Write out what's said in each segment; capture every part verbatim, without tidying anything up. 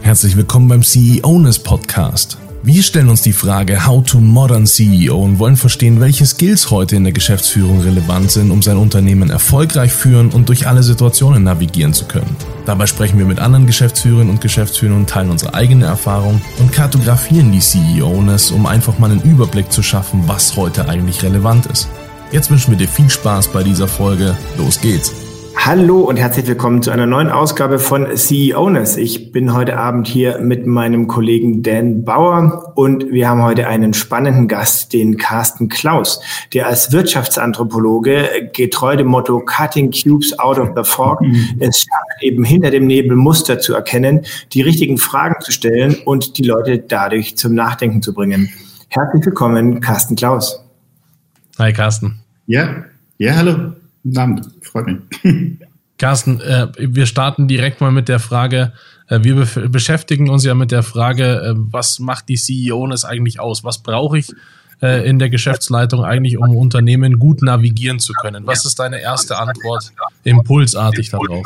Herzlich willkommen beim C E O-ness Podcast. Wir stellen uns die Frage How to Modern C E O und wollen verstehen, welche Skills heute in der Geschäftsführung relevant sind, um sein Unternehmen erfolgreich führen und durch alle Situationen navigieren zu können. Dabei sprechen wir mit anderen Geschäftsführerinnen und Geschäftsführern und teilen unsere eigene Erfahrung und kartografieren die C E O-ness, um einfach mal einen Überblick zu schaffen, was heute eigentlich relevant ist. Jetzt wünschen wir dir viel Spaß bei dieser Folge. Los geht's! Hallo und herzlich willkommen zu einer neuen Ausgabe von C E O-ness. Ich bin heute Abend hier mit meinem Kollegen Dan Bauer und wir haben heute einen spannenden Gast, den Carsten Klaus, der als Wirtschaftsanthropologe getreu dem Motto Cutting Cubes out of the fog es schafft, eben hinter dem Nebel Muster zu erkennen, die richtigen Fragen zu stellen und die Leute dadurch zum Nachdenken zu bringen. Herzlich willkommen, Carsten Klaus. Hi Carsten. Ja, ja, hallo. Guten Abend, freut mich. Carsten, äh, wir starten direkt mal mit der Frage, äh, wir be- beschäftigen uns ja mit der Frage, äh, was macht die C E O-ness eigentlich aus? Was brauche ich äh, in der Geschäftsleitung eigentlich, um Unternehmen gut navigieren zu können? Was ist deine erste Antwort impulsartig darauf?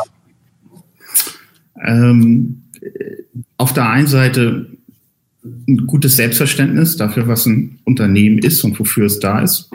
Ähm, auf der einen Seite ein gutes Selbstverständnis dafür, was ein Unternehmen ist und wofür es da ist.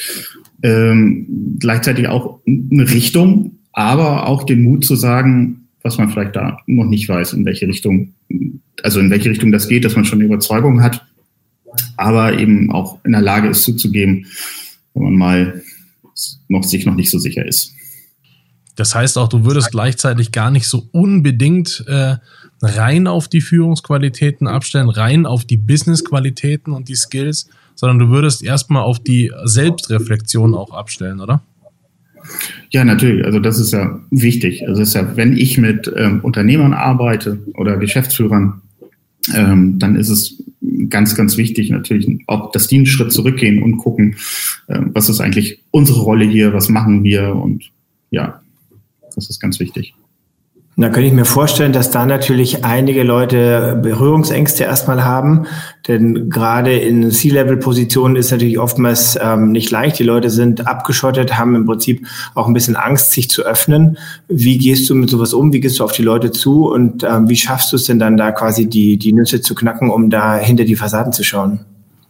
Ähm, gleichzeitig auch eine Richtung, aber auch den Mut zu sagen, was man vielleicht da noch nicht weiß, in welche Richtung, also in welche Richtung das geht, dass man schon eine Überzeugung hat, aber eben auch in der Lage ist zuzugeben, wenn man mal noch, sich noch nicht so sicher ist. Das heißt auch, du würdest gleichzeitig gar nicht so unbedingt äh, rein auf die Führungsqualitäten abstellen, rein auf die Businessqualitäten und die Skills, sondern du würdest erstmal auf die Selbstreflexion auch abstellen, oder? Ja, natürlich. Also das ist ja wichtig. Also es ist ja, wenn ich mit ähm, Unternehmern arbeite oder Geschäftsführern, ähm, dann ist es ganz, ganz wichtig natürlich auch, dass die einen Schritt zurückgehen und gucken, äh, was ist eigentlich unsere Rolle hier, was machen wir, und ja, das ist ganz wichtig. Da könnte ich mir vorstellen, dass da natürlich einige Leute Berührungsängste erstmal haben, denn gerade in C-Level-Positionen ist natürlich oftmals ähm, nicht leicht. Die Leute sind abgeschottet, haben im Prinzip auch ein bisschen Angst, sich zu öffnen. Wie gehst du mit sowas um? Wie gehst du auf die Leute zu? Und ähm, wie schaffst du es denn dann da quasi die, die Nüsse zu knacken, um da hinter die Fassaden zu schauen?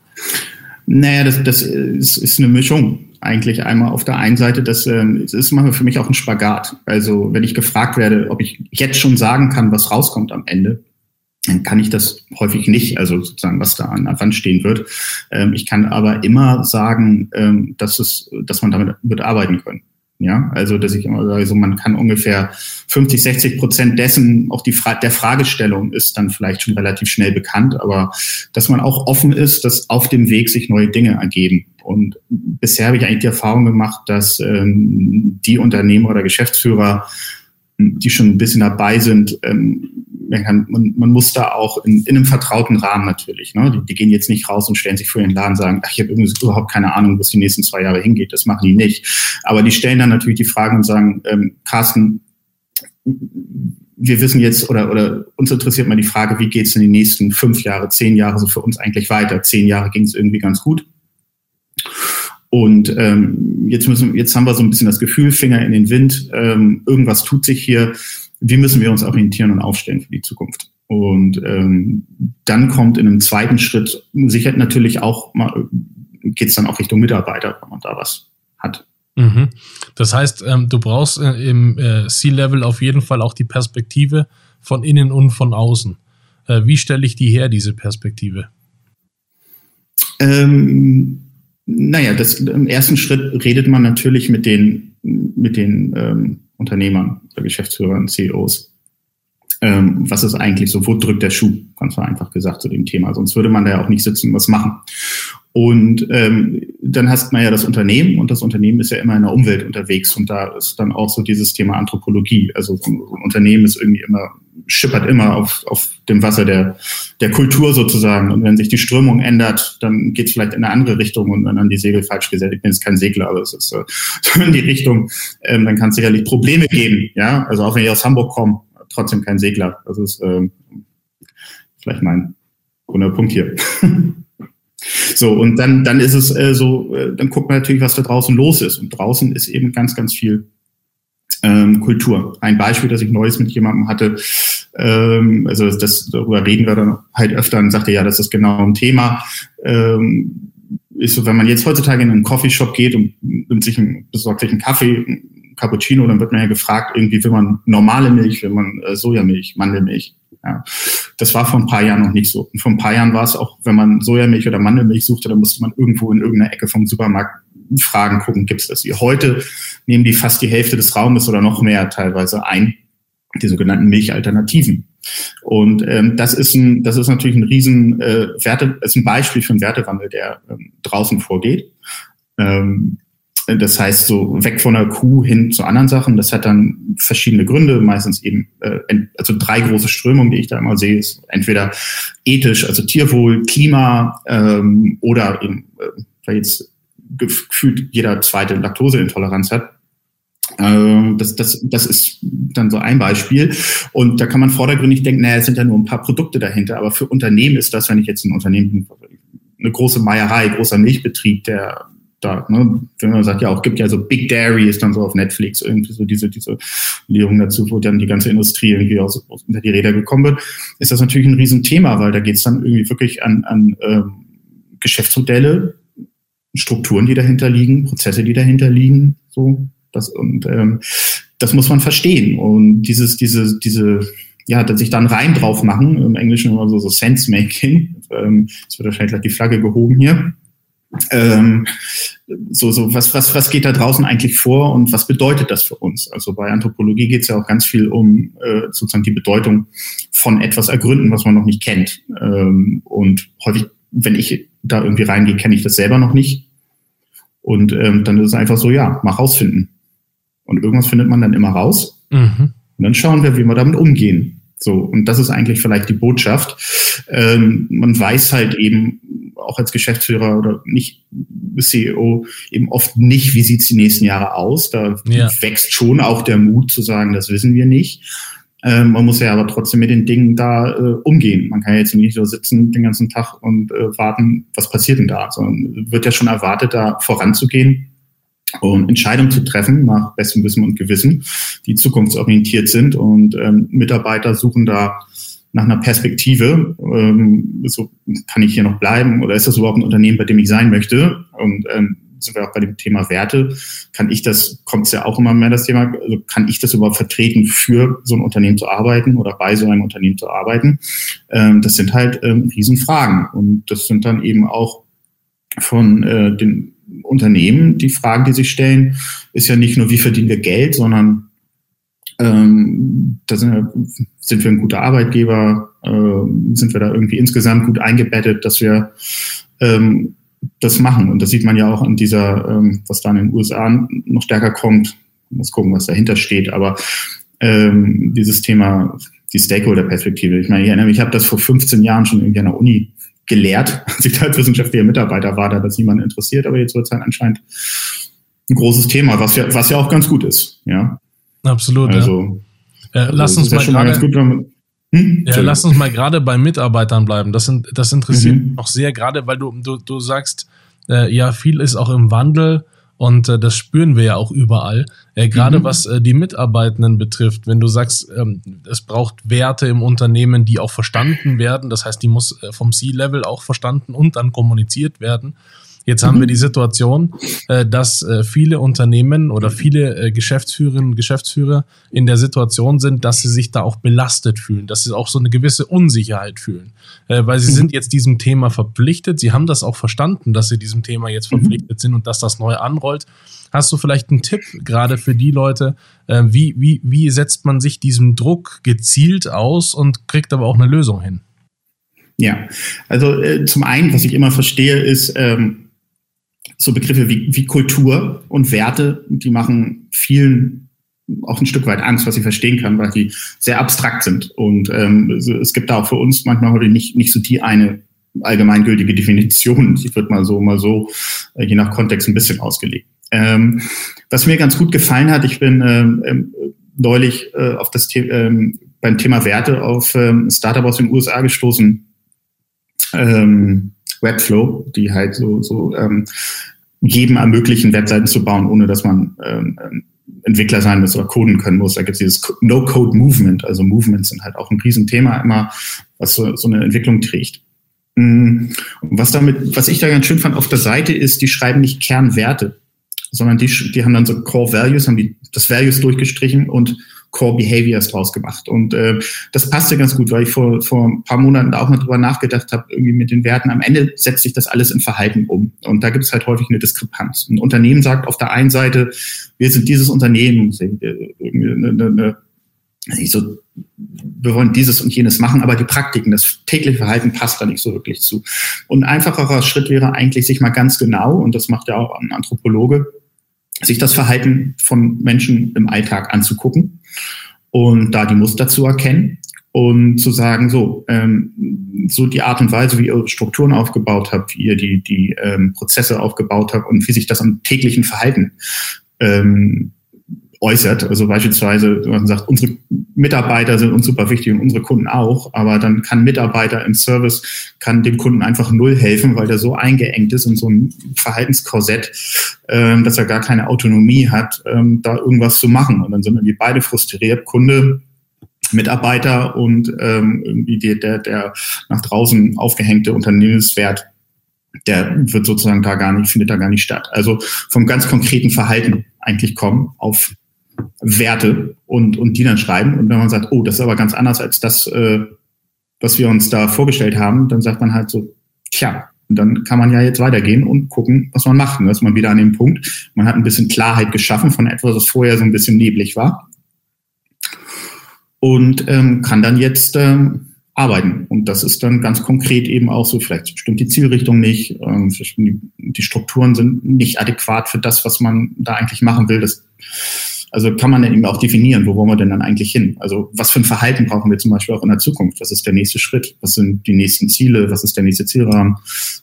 Naja, das, das ist, ist eine Mischung. Eigentlich einmal auf der einen Seite, das äh, ist manchmal für mich auch ein Spagat. Also wenn ich gefragt werde, ob ich jetzt schon sagen kann, was rauskommt am Ende, dann kann ich das häufig nicht, also sozusagen, was da an der Wand stehen wird. Ähm, ich kann aber immer sagen, ähm, dass es, dass man damit wird arbeiten können. Ja, also dass ich immer sage, so man kann ungefähr fünfzig, sechzig Prozent dessen, auch die Fra- der Fragestellung ist dann vielleicht schon relativ schnell bekannt, aber dass man auch offen ist, dass auf dem Weg sich neue Dinge ergeben. Und bisher habe ich eigentlich die Erfahrung gemacht, dass ähm, die Unternehmer oder Geschäftsführer, die schon ein bisschen dabei sind, ähm, man, kann, man, man muss da auch in, in einem vertrauten Rahmen natürlich. Ne? Die, die gehen jetzt nicht raus und stellen sich vor den Laden und sagen, ach, ich habe überhaupt keine Ahnung, wo es die nächsten zwei Jahre hingeht. Das machen die nicht. Aber die stellen dann natürlich die Fragen und sagen, ähm, Carsten, wir wissen jetzt, oder, oder uns interessiert mal die Frage, wie geht es in den nächsten fünf Jahre, zehn Jahre so für uns eigentlich weiter? Zehn Jahre ging es irgendwie ganz gut. Und ähm, jetzt müssen, jetzt haben wir so ein bisschen das Gefühl, Finger in den Wind, ähm, irgendwas tut sich hier. Wie müssen wir uns orientieren und aufstellen für die Zukunft? Und ähm, dann kommt in einem zweiten Schritt sicher natürlich auch mal, geht es dann auch Richtung Mitarbeiter, wenn man da was hat. Mhm. Das heißt, ähm, du brauchst äh, im äh, C-Level auf jeden Fall auch die Perspektive von innen und von außen. Äh, wie stelle ich die her, diese Perspektive? Ähm, naja, das, im ersten Schritt redet man natürlich mit den, mit den ähm, Unternehmern, Geschäftsführern, C E Os. Ähm, was ist eigentlich so, wo drückt der Schuh, ganz einfach gesagt, zu dem Thema. Sonst würde man da ja auch nicht sitzen und was machen. Und ähm, dann hast man ja das Unternehmen, und das Unternehmen ist ja immer in der Umwelt unterwegs, und da ist dann auch so dieses Thema Anthropologie. Also so ein Unternehmen ist irgendwie immer, schippert immer auf, auf dem Wasser der, der Kultur sozusagen. Und wenn sich die Strömung ändert, dann geht es vielleicht in eine andere Richtung und wenn dann die Segel falsch gesetzt. Ich bin jetzt kein Segler, aber es ist so in die Richtung, ähm, dann kann es sicherlich Probleme geben. Ja, also auch wenn ich aus Hamburg komme, trotzdem kein Segler. Das ist ähm, vielleicht mein grüner Punkt hier. So, und dann, dann ist es äh, so, äh, dann guckt man natürlich, was da draußen los ist. Und draußen ist eben ganz, ganz viel Ähm, Kultur. Ein Beispiel, das ich Neues mit jemandem hatte, ähm, also das, darüber reden wir dann halt öfter und sagte, ja, das ist genau ein Thema. Ähm, ist so, wenn man jetzt heutzutage in einen Coffeeshop geht und nimmt sich einen, besorgt sich einen Kaffee, einen Cappuccino, dann wird man ja gefragt, irgendwie will man normale Milch, will man äh, Sojamilch, Mandelmilch. Ja. Das war vor ein paar Jahren noch nicht so. Und vor ein paar Jahren war es auch, wenn man Sojamilch oder Mandelmilch suchte, dann musste man irgendwo in irgendeiner Ecke vom Supermarkt fragen, gucken, gibt's das hier? Heute nehmen die fast die Hälfte des Raumes oder noch mehr teilweise ein, die sogenannten Milchalternativen. Und ähm, das ist ein, das ist natürlich ein riesen äh, Werte, ist ein Beispiel für einen Wertewandel, der ähm, draußen vorgeht. Ähm, das heißt, so weg von der Kuh hin zu anderen Sachen. Das hat dann verschiedene Gründe, meistens eben, äh, also drei große Strömungen, die ich da immer sehe, ist entweder ethisch, also Tierwohl, Klima ähm, oder eben, äh, weil jetzt gefühlt jeder zweite Laktoseintoleranz hat. Äh, das, das, das ist dann so ein Beispiel. Und da kann man vordergründig denken, naja, es sind ja nur ein paar Produkte dahinter. Aber für Unternehmen ist das, wenn ich jetzt ein Unternehmen, eine große Meierei, großer Milchbetrieb, der da, ne, wenn man sagt, ja, auch gibt ja so Big Dairy, ist dann so auf Netflix irgendwie so diese, diese Lehrung dazu, wo dann die ganze Industrie irgendwie aus, aus unter die Räder gekommen wird, ist das natürlich ein Riesenthema, weil da geht es dann irgendwie wirklich an, an ähm, Geschäftsmodelle, Strukturen, die dahinter liegen, Prozesse, die dahinter liegen, so das und ähm, das muss man verstehen und dieses, diese, diese, ja, dass sich dann rein drauf machen, im Englischen immer so so Sense Making, ähm, es wird wahrscheinlich gleich die Flagge gehoben hier, ähm, so so was was was geht da draußen eigentlich vor und was bedeutet das für uns? Also bei Anthropologie geht es ja auch ganz viel um äh, sozusagen die Bedeutung von etwas ergründen, was man noch nicht kennt ähm, und häufig, wenn ich da irgendwie reingehe, kenne ich das selber noch nicht. Und ähm, dann ist es einfach so, ja, mal rausfinden. Und irgendwas findet man dann immer raus. Mhm. Und dann schauen wir, wie wir damit umgehen. So, und das ist eigentlich vielleicht die Botschaft. Ähm, man weiß halt eben, auch als Geschäftsführer oder nicht C E O, eben oft nicht, wie sieht's die nächsten Jahre aus. Da ja. wächst schon auch der Mut zu sagen, das wissen wir nicht. Ähm, man muss ja aber trotzdem mit den Dingen da äh, umgehen. Man kann ja jetzt nicht so sitzen den ganzen Tag und äh, warten, was passiert denn da, sondern wird ja schon erwartet, da voranzugehen und Entscheidungen zu treffen nach bestem Wissen und Gewissen, die zukunftsorientiert sind und ähm, Mitarbeiter suchen da nach einer Perspektive, ähm, so kann ich hier noch bleiben oder ist das überhaupt ein Unternehmen, bei dem ich sein möchte? Und ähm, sind wir auch bei dem Thema Werte, kann ich das, kommt es ja auch immer mehr das Thema, also kann ich das überhaupt vertreten, für so ein Unternehmen zu arbeiten oder bei so einem Unternehmen zu arbeiten? Ähm, das sind halt ähm, Riesenfragen und das sind dann eben auch von äh, den Unternehmen, die Fragen, die sich stellen, ist ja nicht nur, wie verdienen wir Geld, sondern ähm, da sind wir, sind wir ein guter Arbeitgeber, äh, sind wir da irgendwie insgesamt gut eingebettet, dass wir ähm, das machen. Und das sieht man ja auch an dieser, ähm, was da in den U S A noch stärker kommt. Man muss gucken, was dahinter steht. Aber ähm, dieses Thema, die Stakeholder-Perspektive. Ich meine, ich erinnere mich, ich habe das vor fünfzehn Jahren schon irgendwie an der Uni gelehrt, als ich da als wissenschaftlicher Mitarbeiter war, da hat das niemand interessiert. Aber jetzt wird es halt anscheinend ein großes Thema, was ja, was ja auch ganz gut ist. Ja, absolut. Also, ja. Äh, lass uns also mal ganz gut, wenn man Hm? Ja, lass uns mal gerade bei Mitarbeitern bleiben. Das, sind, das interessiert mich mhm. auch sehr, gerade weil du, du, du sagst, äh, ja, viel ist auch im Wandel und äh, das spüren wir ja auch überall. Äh, gerade mhm. was äh, die Mitarbeitenden betrifft, wenn du sagst, ähm, es braucht Werte im Unternehmen, die auch verstanden werden. Das heißt, die muss äh, vom C-Level auch verstanden und dann kommuniziert werden. Jetzt haben wir die Situation, äh, dass äh, viele Unternehmen oder viele äh, Geschäftsführerinnen und Geschäftsführer in der Situation sind, dass sie sich da auch belastet fühlen, dass sie auch so eine gewisse Unsicherheit fühlen, äh, weil sie sind jetzt diesem Thema verpflichtet. Sie haben das auch verstanden, dass sie diesem Thema jetzt verpflichtet sind und dass das neu anrollt. Hast du vielleicht einen Tipp gerade für die Leute, äh, wie, wie, wie setzt man sich diesem Druck gezielt aus und kriegt aber auch eine Lösung hin? Ja, also äh, zum einen, was ich immer verstehe, ist, ähm, so Begriffe wie, wie Kultur und Werte, die machen vielen auch ein Stück weit Angst, was ich verstehen kann, weil die sehr abstrakt sind. Und ähm, es gibt da auch für uns manchmal heute nicht, nicht so die eine allgemeingültige Definition. Die wird mal so, mal so, äh, je nach Kontext ein bisschen ausgelegt. Ähm, was mir ganz gut gefallen hat, ich bin ähm, neulich äh, auf das The- ähm, beim Thema Werte auf ähm, Startup aus den U S A gestoßen, ähm, Webflow, die halt so, so ähm, jedem ermöglichen, Webseiten zu bauen, ohne dass man ähm, Entwickler sein muss oder coden können muss. Da gibt es dieses No-Code-Movement. Also Movements sind halt auch ein Riesenthema immer, was so, so eine Entwicklung trägt. Und was damit, was ich da ganz schön fand auf der Seite ist, die schreiben nicht Kernwerte, sondern die, die haben dann so Core Values, haben die das Values durchgestrichen und Core Behaviors draus gemacht. Und äh, das passte ganz gut, weil ich vor, vor ein paar Monaten auch mal drüber nachgedacht habe, irgendwie mit den Werten. Am Ende setzt sich das alles in Verhalten um. Und da gibt es halt häufig eine Diskrepanz. Ein Unternehmen sagt auf der einen Seite, wir sind dieses Unternehmen, irgendwie eine, eine, eine, nicht so, wir wollen dieses und jenes machen, aber die Praktiken, das tägliche Verhalten passt da nicht so wirklich zu. Und ein einfacherer Schritt wäre eigentlich, sich mal ganz genau, und das macht ja auch ein Anthropologe, sich das Verhalten von Menschen im Alltag anzugucken und da die Muster zu erkennen und zu sagen, so, ähm, so die Art und Weise, wie ihr Strukturen aufgebaut habt, wie ihr die, die ähm, Prozesse aufgebaut habt und wie sich das am täglichen Verhalten ähm, äußert. Also beispielsweise, man sagt, unsere Mitarbeiter sind uns super wichtig und unsere Kunden auch, aber dann kann ein Mitarbeiter im Service, kann dem Kunden einfach null helfen, weil der so eingeengt ist in so ein Verhaltenskorsett, ähm, dass er gar keine Autonomie hat, ähm, da irgendwas zu machen. Und dann sind irgendwie beide frustriert, Kunde, Mitarbeiter und ähm, irgendwie der, der, der nach draußen aufgehängte Unternehmenswert, der wird sozusagen da gar nicht, findet da gar nicht statt. Also vom ganz konkreten Verhalten eigentlich kommen auf Werte und, und die dann schreiben. Und wenn man sagt, oh, das ist aber ganz anders als das, äh, was wir uns da vorgestellt haben, dann sagt man halt so, tja, und dann kann man ja jetzt weitergehen und gucken, was man macht. Und da ist man wieder an dem Punkt, man hat ein bisschen Klarheit geschaffen von etwas, was vorher so ein bisschen neblig war. Und ähm, kann dann jetzt ähm, arbeiten. Und das ist dann ganz konkret eben auch so, vielleicht stimmt die Zielrichtung nicht, ähm, die, die Strukturen sind nicht adäquat für das, was man da eigentlich machen will. Das, also kann man dann eben auch definieren, wo wollen wir denn dann eigentlich hin? Also was für ein Verhalten brauchen wir zum Beispiel auch in der Zukunft? Was ist der nächste Schritt? Was sind die nächsten Ziele? Was ist der nächste Zielrahmen?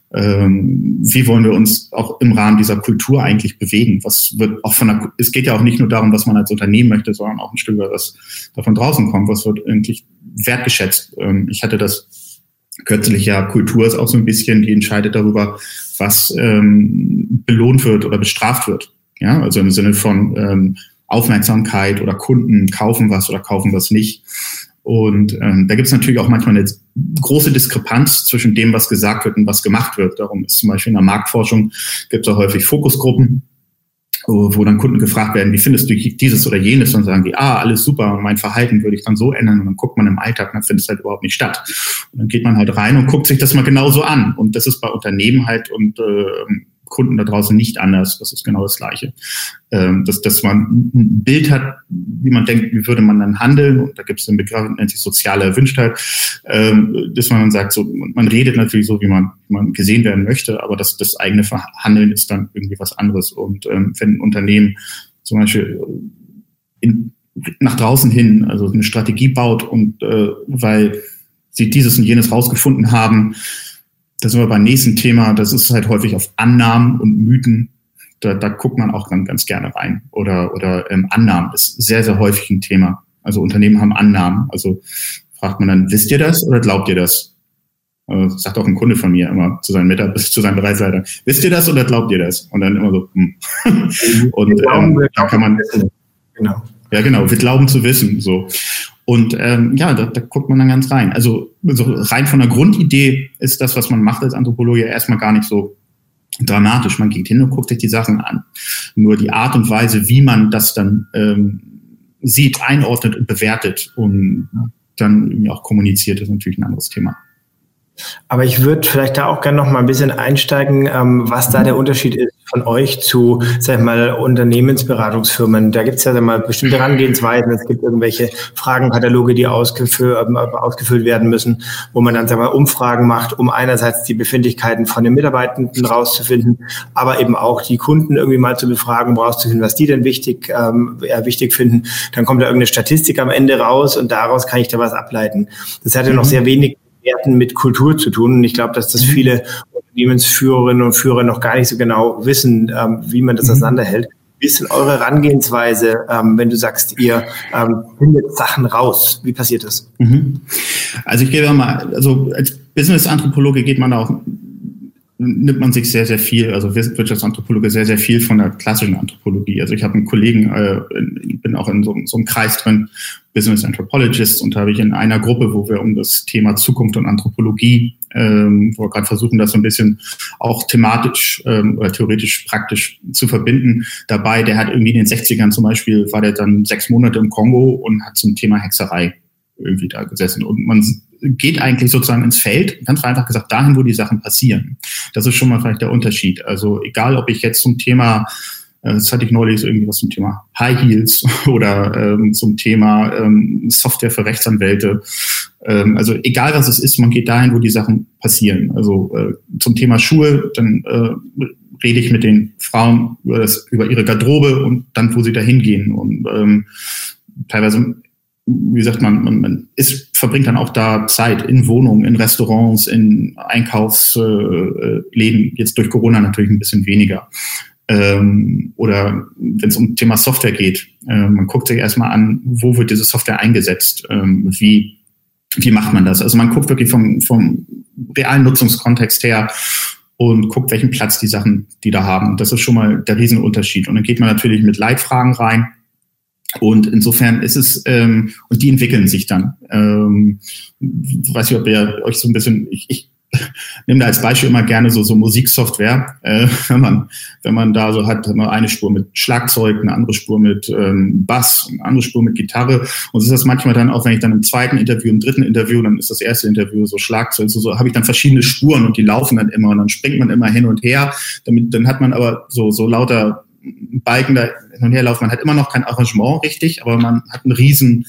Ähm, wie wollen wir uns auch im Rahmen dieser Kultur eigentlich bewegen? Was wird auch von der, es geht ja auch nicht nur darum, was man als Unternehmen möchte, sondern auch ein Stück weit, was davon draußen kommt. Was wird eigentlich wertgeschätzt? Ähm, ich hatte das kürzlich, ja, Kultur ist auch so ein bisschen, die entscheidet darüber, was ähm, belohnt wird oder bestraft wird. Ja, also im Sinne von ähm, Aufmerksamkeit oder Kunden kaufen was oder kaufen was nicht. Und ähm, da gibt es natürlich auch manchmal eine große Diskrepanz zwischen dem, was gesagt wird und was gemacht wird. Darum ist zum Beispiel in der Marktforschung gibt es auch häufig Fokusgruppen, wo dann Kunden gefragt werden, wie findest du dieses oder jenes? Und dann sagen die, ah, alles super, und mein Verhalten würde ich dann so ändern. Und dann guckt man im Alltag, dann findet es halt überhaupt nicht statt. Und dann geht man halt rein und guckt sich das mal genauso an. Und das ist bei Unternehmen halt und äh, Kunden da draußen nicht anders. Das ist genau das Gleiche. Ähm, dass, dass man ein Bild hat, wie man denkt, wie würde man dann handeln. Und da gibt es den Begriff, nennt sich soziale Erwünschtheit, ähm, dass man dann sagt, so, man redet natürlich so, wie man, wie man gesehen werden möchte, aber das, das eigene Handeln ist dann irgendwie was anderes. Und ähm, wenn ein Unternehmen zum Beispiel in, nach draußen hin, also eine Strategie baut und äh, weil sie dieses und jenes rausgefunden haben, da sind wir beim nächsten Thema, das ist halt häufig auf Annahmen und Mythen, da, da guckt man auch ganz, ganz gerne rein. Oder, oder ähm, Annahmen ist sehr, sehr häufig ein Thema. Also Unternehmen haben Annahmen. Also fragt man dann, wisst ihr das oder glaubt ihr das? Äh, sagt auch ein Kunde von mir immer zu seinen Mitarbeitern, zu seinen Bereichsleitern, wisst ihr das oder glaubt ihr das? Und dann immer so, hm. Und ähm, da kann man, genau. Ja, genau, wir glauben zu wissen, so. Und ähm, ja, da, da guckt man dann ganz rein. Also so rein von der Grundidee ist das, was man macht als Anthropologe, erstmal gar nicht so dramatisch. Man geht hin und guckt sich die Sachen an. Nur die Art und Weise, wie man das dann ähm, sieht, einordnet und bewertet und dann irgendwie auch kommuniziert, ist natürlich ein anderes Thema. Aber ich würde vielleicht da auch gerne noch mal ein bisschen einsteigen, ähm, was da der Unterschied ist von euch zu, sag ich mal, Unternehmensberatungsfirmen. Da gibt es ja sag mal bestimmte Herangehensweisen. Es gibt irgendwelche Fragenkataloge, die ausgefüllt, ausgefüllt werden müssen, wo man dann sag mal Umfragen macht, um einerseits die Befindlichkeiten von den Mitarbeitenden rauszufinden, aber eben auch die Kunden irgendwie mal zu befragen, um rauszufinden, was die denn wichtig, ähm, eher wichtig finden. Dann kommt da irgendeine Statistik am Ende raus und daraus kann ich da was ableiten. Das hat ja noch sehr wenig mit Kultur zu tun. Und ich glaube, dass das viele Unternehmensführerinnen und Führer noch gar nicht so genau wissen, ähm, wie man das auseinanderhält. Wie ist denn eure Herangehensweise, ähm, wenn du sagst, ihr ähm, findet Sachen raus? Wie passiert das? Also ich gebe mal, also als Business-Anthropologe geht man auch nimmt man sich sehr, sehr viel, also Wirtschaftsanthropologe, sehr, sehr viel von der klassischen Anthropologie. Also ich habe einen Kollegen, äh, bin auch in so, so einem Kreis drin, Business Anthropologists, und da habe ich in einer Gruppe, wo wir um das Thema Zukunft und Anthropologie, ähm, wo wir gerade versuchen, das so ein bisschen auch thematisch ähm, oder theoretisch praktisch zu verbinden, dabei, der hat irgendwie in den sechzigern zum Beispiel, war der dann sechs Monate im Kongo und hat zum Thema Hexerei irgendwie da gesessen. Und man geht eigentlich sozusagen ins Feld, ganz einfach gesagt, dahin, wo die Sachen passieren. Das ist schon mal vielleicht der Unterschied. Also egal, ob ich jetzt zum Thema, das hatte ich neulich irgendwie was zum Thema High Heels oder ähm, zum Thema ähm, Software für Rechtsanwälte. Ähm, also egal, was es ist, man geht dahin, wo die Sachen passieren. Also äh, zum Thema Schuhe, dann äh, rede ich mit den Frauen über, das, über ihre Garderobe und dann, wo sie da hingehen. Und ähm, teilweise, wie sagt man, man, man ist, verbringt dann auch da Zeit in Wohnungen, in Restaurants, in Einkaufsläden, äh, jetzt durch Corona natürlich ein bisschen weniger. Ähm, oder wenn es um Thema Software geht, äh, man guckt sich erstmal an, wo wird diese Software eingesetzt, ähm, wie, wie macht man das? Also man guckt wirklich vom, vom realen Nutzungskontext her und guckt, welchen Platz die Sachen, die da haben. Das ist schon mal der Riesenunterschied. Und dann geht man natürlich mit Leitfragen rein. Und insofern ist es, ähm, und die entwickeln sich dann. Ähm, weiß ich, ob ihr euch so ein bisschen, ich, ich nehme da als Beispiel immer gerne so, so Musiksoftware. Äh, wenn man, wenn man da so hat, hat man eine Spur mit Schlagzeug, eine andere Spur mit ähm, Bass, eine andere Spur mit Gitarre. Und so ist das manchmal dann auch, wenn ich dann im zweiten Interview, im dritten Interview, dann ist das erste Interview so Schlagzeug, so, so habe ich dann verschiedene Spuren und die laufen dann immer und dann springt man immer hin und her. Damit, dann hat man aber so, so lauter Balken da hin und her laufen. Man hat immer noch kein Arrangement richtig, aber man hat einen riesen,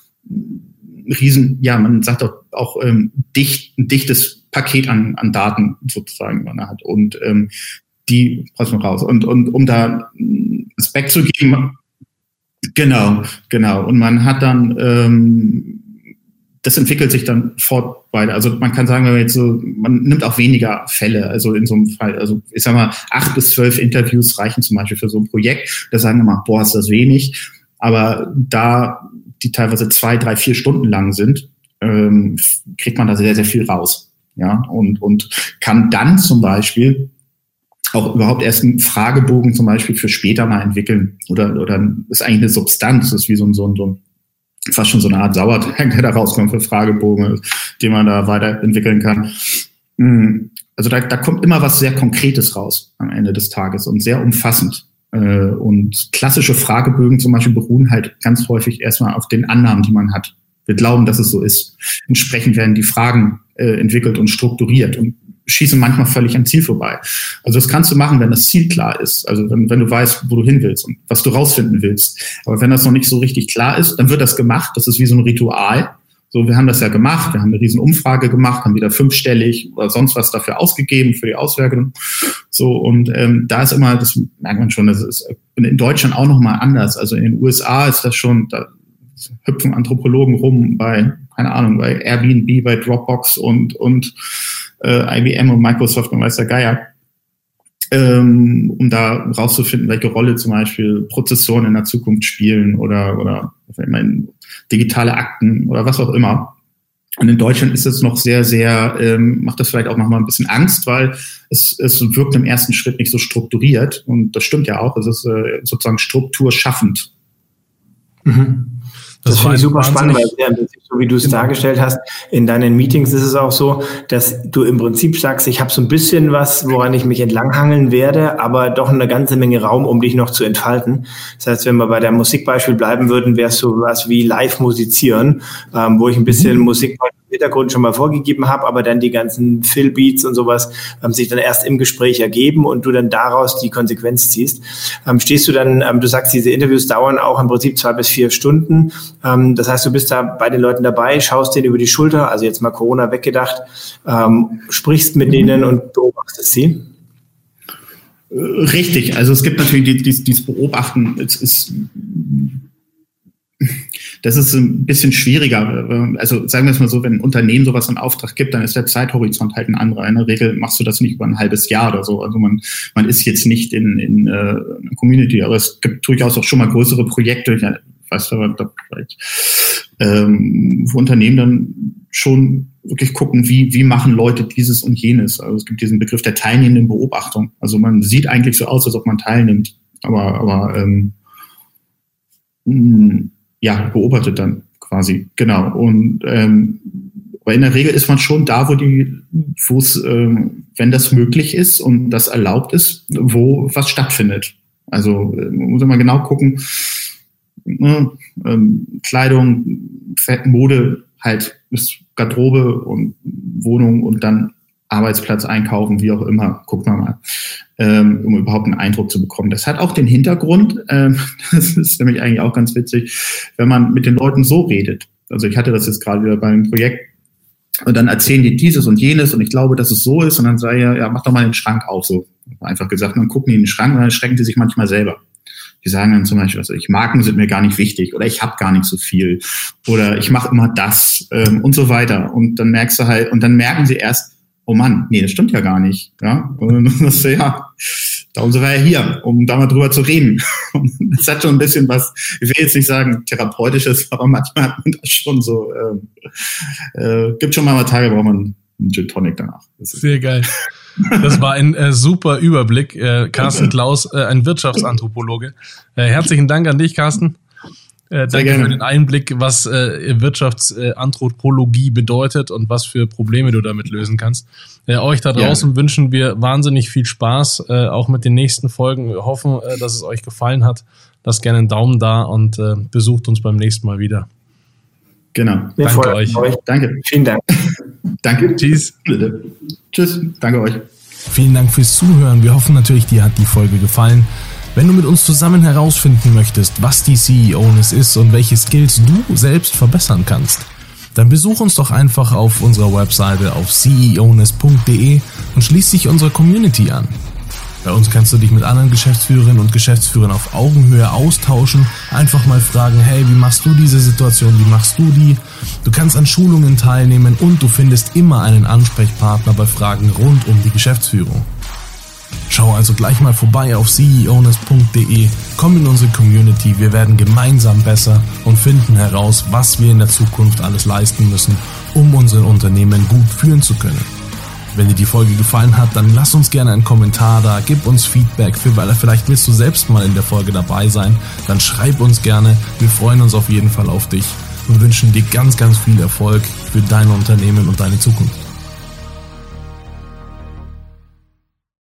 riesen, ja, man sagt auch, auch ähm, dicht, ein dichtes Paket an, an Daten sozusagen, man hat. Und ähm, die passen wir raus. Und, und um da einen Aspekt zu geben, genau, genau. Und man hat dann, ähm, das entwickelt sich dann fort weiter. Also man kann sagen, wenn man jetzt so, man nimmt auch weniger Fälle, also in so einem Fall, also ich sag mal, acht bis zwölf Interviews reichen zum Beispiel für so ein Projekt. Da sagen wir mal, boah, ist das wenig. Aber da die teilweise zwei, drei, vier Stunden lang sind, ähm, kriegt man da sehr, sehr viel raus. Ja, und, und kann dann zum Beispiel auch überhaupt erst einen Fragebogen zum Beispiel für später mal entwickeln. Oder, oder ist eigentlich eine Substanz, das ist wie so ein, so ein, so ein fast schon so eine Art Sauerteig, der da rauskommt für Fragebogen, den man da weiterentwickeln kann. Also da, da kommt immer was sehr Konkretes raus am Ende des Tages und sehr umfassend. Und klassische Fragebögen zum Beispiel beruhen halt ganz häufig erstmal auf den Annahmen, die man hat. Wir glauben, dass es so ist. Entsprechend werden die Fragen äh, entwickelt und strukturiert und schießen manchmal völlig am Ziel vorbei. Also das kannst du machen, wenn das Ziel klar ist. Also wenn, wenn du weißt, wo du hin willst und was du rausfinden willst. Aber wenn das noch nicht so richtig klar ist, dann wird das gemacht. Das ist wie so ein Ritual. So, wir haben das ja gemacht. Wir haben eine riesen Umfrage gemacht, haben wieder fünfstellig oder sonst was dafür ausgegeben für die Auswertung. So, und ähm, da ist immer, das merkt man schon, das ist in Deutschland auch nochmal anders. Also in den U S A ist das schon, da hüpfen Anthropologen rum bei, keine Ahnung, bei Airbnb, bei Dropbox und, und äh, I B M und Microsoft und weiß der Geier, ähm, um da rauszufinden, welche Rolle zum Beispiel Prozessoren in der Zukunft spielen oder, oder ich meine, digitale Akten oder was auch immer. Und in Deutschland ist es noch sehr, sehr, ähm, macht das vielleicht auch nochmal ein bisschen Angst, weil es, es wirkt im ersten Schritt nicht so strukturiert. Und das stimmt ja auch, es ist äh, sozusagen strukturschaffend. Mhm. Das, das finde ich super spannend, weil ja, so wie du es dargestellt hast, in deinen Meetings ist es auch so, dass du im Prinzip sagst, ich habe so ein bisschen was, woran ich mich entlanghangeln werde, aber doch eine ganze Menge Raum, um dich noch zu entfalten. Das heißt, wenn wir bei der Musikbeispiel bleiben würden, wäre es so was wie live musizieren, ähm, wo ich ein bisschen mhm. Musik im Hintergrund schon mal vorgegeben habe, aber dann die ganzen Fill-Beats und sowas ähm, sich dann erst im Gespräch ergeben und du dann daraus die Konsequenz ziehst. Ähm, stehst du dann, ähm, du sagst, diese Interviews dauern auch im Prinzip zwei bis vier Stunden. Ähm, das heißt, du bist da bei den Leuten dabei, schaust denen über die Schulter, also jetzt mal Corona weggedacht, ähm, sprichst mit denen und beobachtest sie? Richtig, also es gibt natürlich die, die, dieses Beobachten, es ist das ist ein bisschen schwieriger. Also sagen wir es mal so, wenn ein Unternehmen sowas in Auftrag gibt, dann ist der Zeithorizont halt ein anderer. In der Regel machst du das nicht über ein halbes Jahr oder so. Also man, man ist jetzt nicht in, in äh, einer Community, aber es gibt durchaus auch schon mal größere Projekte, ich weiß aber, vielleicht, ähm, wo Unternehmen dann schon wirklich gucken, wie, wie machen Leute dieses und jenes. Also es gibt diesen Begriff der teilnehmenden Beobachtung. Also man sieht eigentlich so aus, als ob man teilnimmt, aber, aber ähm, mh, ja, beobachtet dann quasi. Genau. Und ähm, aber in der Regel ist man schon da, wo die, wo es, ähm, wenn das möglich ist und das erlaubt ist, wo was stattfindet. Also äh, man muss immer genau gucken, ne, ähm, Kleidung, Mode halt ist Garderobe und Wohnung und dann Arbeitsplatz einkaufen, wie auch immer, gucken wir mal, ähm, um überhaupt einen Eindruck zu bekommen. Das hat auch den Hintergrund, ähm, das ist nämlich eigentlich auch ganz witzig, wenn man mit den Leuten so redet. Also ich hatte das jetzt gerade wieder bei einem Projekt und dann erzählen die dieses und jenes und ich glaube, dass es so ist und dann sage ich, ja, mach doch mal den Schrank auf, so einfach gesagt. Und dann gucken die in den Schrank und dann schrecken die sich manchmal selber. Die sagen dann zum Beispiel, also ich Marken sind mir gar nicht wichtig oder ich habe gar nicht so viel oder ich mache immer das ähm, und so weiter. Und dann merkst du halt, und dann merken sie erst, oh Mann, nee, das stimmt ja gar nicht. Ja, und das, ja, darum sind wir ja hier, um da mal drüber zu reden. Und das hat schon ein bisschen was, ich will jetzt nicht sagen therapeutisches, aber manchmal hat man das schon so, äh, äh, gibt schon mal Tage, braucht man einen Gin Tonic danach. Sehr geil. Das war ein äh, super Überblick. Äh, Carsten Klaus, äh, ein Wirtschaftsanthropologe. Äh, herzlichen Dank an dich, Carsten. Äh, danke für den Einblick, was äh, Wirtschaftsanthropologie bedeutet und was für Probleme du damit lösen kannst. Äh, euch da draußen ja. wünschen wir wahnsinnig viel Spaß, äh, auch mit den nächsten Folgen. Wir hoffen, äh, dass es euch gefallen hat. Lasst gerne einen Daumen da und äh, besucht uns beim nächsten Mal wieder. Genau. Wir Danke euch. euch. Danke. Vielen Dank. Danke. Tschüss. Bitte. Tschüss. Danke euch. Vielen Dank fürs Zuhören. Wir hoffen natürlich, dir hat die Folge gefallen. Wenn du mit uns zusammen herausfinden möchtest, was die C E Oness ist und welche Skills du selbst verbessern kannst, dann besuch uns doch einfach auf unserer Webseite auf c e oness punkt d e und schließ dich unserer Community an. Bei uns kannst du dich mit anderen Geschäftsführerinnen und Geschäftsführern auf Augenhöhe austauschen, einfach mal fragen, hey, wie machst du diese Situation, wie machst du die? Du kannst an Schulungen teilnehmen und du findest immer einen Ansprechpartner bei Fragen rund um die Geschäftsführung. Schau also gleich mal vorbei auf c e oness punkt d e, komm in unsere Community, wir werden gemeinsam besser und finden heraus, was wir in der Zukunft alles leisten müssen, um unsere Unternehmen gut führen zu können. Wenn dir die Folge gefallen hat, dann lass uns gerne einen Kommentar da, gib uns Feedback, für, weil vielleicht willst du selbst mal in der Folge dabei sein, dann schreib uns gerne, wir freuen uns auf jeden Fall auf dich und wünschen dir ganz, ganz viel Erfolg für dein Unternehmen und deine Zukunft.